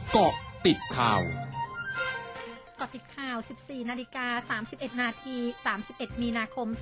เกาะติดข่าวเกาะติดข่าว 14:31 นาที 31 มีนาคม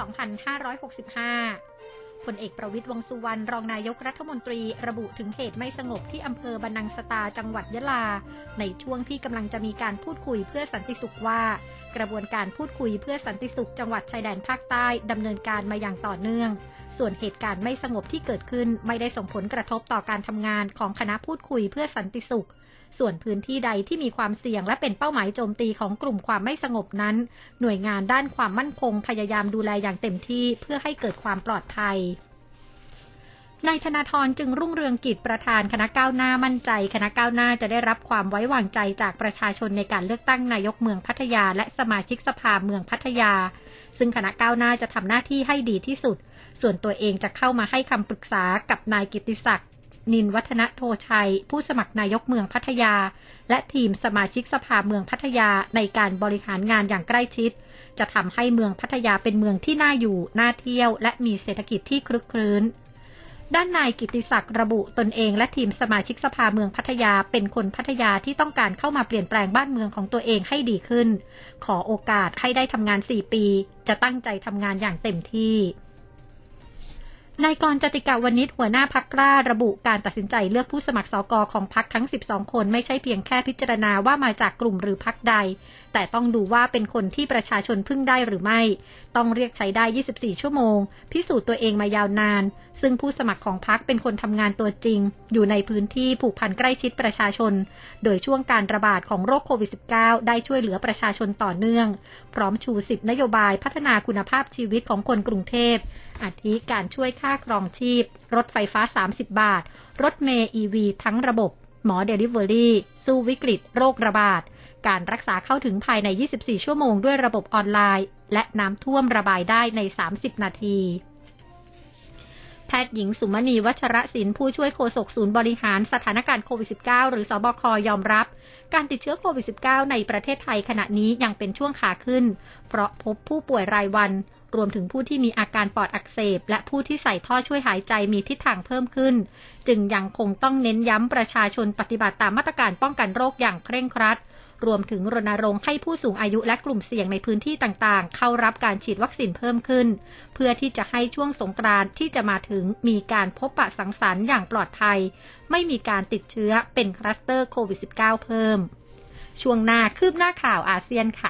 2565 พลเอกประวิตร วงษ์สุวรรณ รองนายกรัฐมนตรีระบุถึงเหตุไม่สงบที่อำเภอบรรนังสตาจังหวัดยะลาในช่วงที่กำลังจะมีการพูดคุยเพื่อสันติสุขว่ากระบวนการพูดคุยเพื่อสันติสุขจังหวัดชายแดนภาคใต้ดำเนินการมาอย่างต่อเนื่องส่วนเหตุการณ์ไม่สงบที่เกิดขึ้นไม่ได้ส่งผลกระทบต่อการทำงานของคณะพูดคุยเพื่อสันติสุขส่วนพื้นที่ใดที่มีความเสี่ยงและเป็นเป้าหมายโจมตีของกลุ่มความไม่สงบนั้นหน่วยงานด้านความมั่นคงพยายามดูแลอย่างเต็มที่เพื่อให้เกิดความปลอดภัยนายธนาธรจึงรุ่งเรืองกิจประธานคณะก้าวหน้ามั่นใจคณะก้าวหน้าจะได้รับความไว้วางใจจากประชาชนในการเลือกตั้งนายกเมืองพัทยาและสมาชิกสภาเมืองพัทยาซึ่งคณะก้าวหน้าจะทำหน้าที่ให้ดีที่สุดส่วนตัวเองจะเข้ามาให้คำปรึกษากับนายกิตติศักดิ์นินวัฒนโทชัยผู้สมัครนายกเมืองพัทยาและทีมสมาชิกสภาเมืองพัทยาในการบริหารงานอย่างใกล้ชิดจะทำให้เมืองพัทยาเป็นเมืองที่น่าอยู่น่าเที่ยวและมีเศรษฐกิจที่ครึกครื้นด้านนายกิตติศักดิ์ระบุตนเองและทีมสมาชิกสภาเมืองพัทยาเป็นคนพัทยาที่ต้องการเข้ามาเปลี่ยนแปลงบ้านเมืองของตัวเองให้ดีขึ้นขอโอกาสให้ได้ทำงาน4 ปีจะตั้งใจทำงานอย่างเต็มที่นายกรณ์ จติกาวนิชหัวหน้าพรรคกล้าระบุการตัดสินใจเลือกผู้สมัครสกของพรรคทั้ง12คนไม่ใช่เพียงแค่พิจารณาว่ามาจากกลุ่มหรือพรรคใดแต่ต้องดูว่าเป็นคนที่ประชาชนพึ่งได้หรือไม่ต้องเรียกใช้ได้24 ชั่วโมงพิสูจน์ตัวเองมายาวนานซึ่งผู้สมัครของพรรคเป็นคนทำงานตัวจริงอยู่ในพื้นที่ผูกพันใกล้ชิดประชาชนโดยช่วงการระบาดของโรคโควิด -19 ได้ช่วยเหลือประชาชนต่อเนื่องพร้อมชู10นโยบายพัฒนาคุณภาพชีวิตของคนกรุงเทพอาทิการช่วยค่าครองชีพรถไฟฟ้า30 บาทรถเมล์ EV ทั้งระบบหมอเดลิเวอรี่สู้วิกฤตโรคระบาดการรักษาเข้าถึงภายใน24 ชั่วโมงด้วยระบบออนไลน์และน้ำท่วมระบายได้ใน30 นาทีแพทย์หญิงสุมณีวัชรศิลป์ผู้ช่วยโฆษกศูนย์บริหารสถานการณ์โควิด -19 หรือสบคยอมรับการติดเชื้อโควิด -19 ในประเทศไทยขณะนี้ยังเป็นช่วงขาขึ้นเพราะพบผู้ป่วยรายวันรวมถึงผู้ที่มีอาการปอดอักเสบและผู้ที่ใส่ท่อช่วยหายใจมีทิศทางเพิ่มขึ้นจึงยังคงต้องเน้นย้ำประชาชนปฏิบัติตามมาตรการป้องกันโรคอย่างเคร่งครัดรวมถึงรณรงค์ให้ผู้สูงอายุและกลุ่มเสี่ยงในพื้นที่ต่างๆเข้ารับการฉีดวัคซีนเพิ่มขึ้นเพื่อที่จะให้ช่วงสงกรานต์ที่จะมาถึงมีการพบปะสังสรรค์อย่างปลอดภัยไม่มีการติดเชื้อเป็นคลัสเตอร์โควิด -19 เพิ่มช่วงหน้าคืบหน้าข่าวอาเซียนค่ะ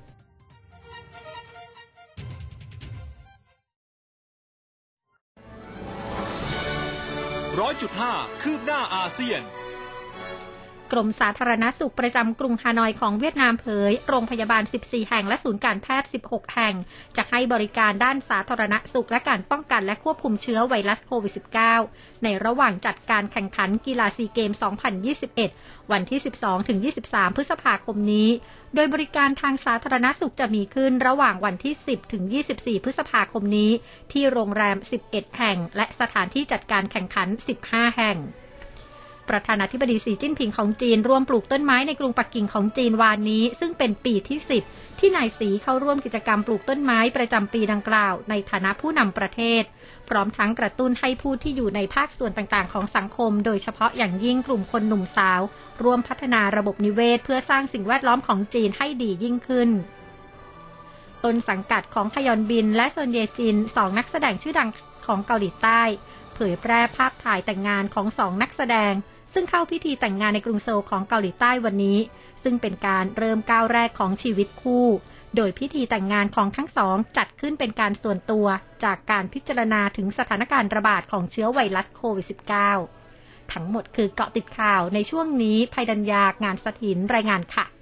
100.5 คืบหน้าอาเซียนกรมสาธารณสุขประจำกรุงฮานอยของเวียดนามเผยโรงพยาบาล14แห่งและศูนย์การแพทย์16แห่งจะให้บริการด้านสาธารณสุขและการป้องกันและควบคุมเชื้อไวรัสโควิด -19 ในระหว่างจัดการแข่งขันกีฬาซีเกม 2021 วันที่ 12-23 พฤษภาคมนี้โดยบริการทางสาธารณสุขจะมีขึ้นระหว่างวันที่ 10-24 พฤษภาคมนี้ที่โรงแรม11แห่งและสถานที่จัดการแข่งขัน15แห่งประธานาธิบดีสีจิ้นผิงของจีนร่วมปลูกต้นไม้ในกรุงปักกิ่งของจีนวานนี้ซึ่งเป็นปีที่10ที่นายสีเข้าร่วมกิจกรรมปลูกต้นไม้ประจำปีดังกล่าวในฐานะผู้นำประเทศพร้อมทั้งกระตุ้นให้ผู้ที่อยู่ในภาคส่วนต่างๆของสังคมโดยเฉพาะอย่างยิ่งกลุ่มคนหนุ่มสาวร่วมพัฒนาระบบนิเวศเพื่อสร้างสิ่งแวดล้อมของจีนให้ดียิ่งขึ้นต้นสังกัดของฮยอนบินและซอนเยจิน2นักแสดงชื่อดังของเกาหลีใต้เผยแพร่ภาพถ่ายแต่งงานของ2นักแสดงซึ่งเข้าพิธีแต่งงานในกรุงโซลของเกาหลีใต้วันนี้ซึ่งเป็นการเริ่มก้าวแรกของชีวิตคู่โดยพิธีแต่งงานของทั้งสองจัดขึ้นเป็นการส่วนตัวจากการพิจารณาถึงสถานการณ์ระบาดของเชื้อไวรัสโควิด -19 ทั้งหมดคือเกาะติดข่าวในช่วงนี้ภัยดัญญางานสถินรายงานค่ะ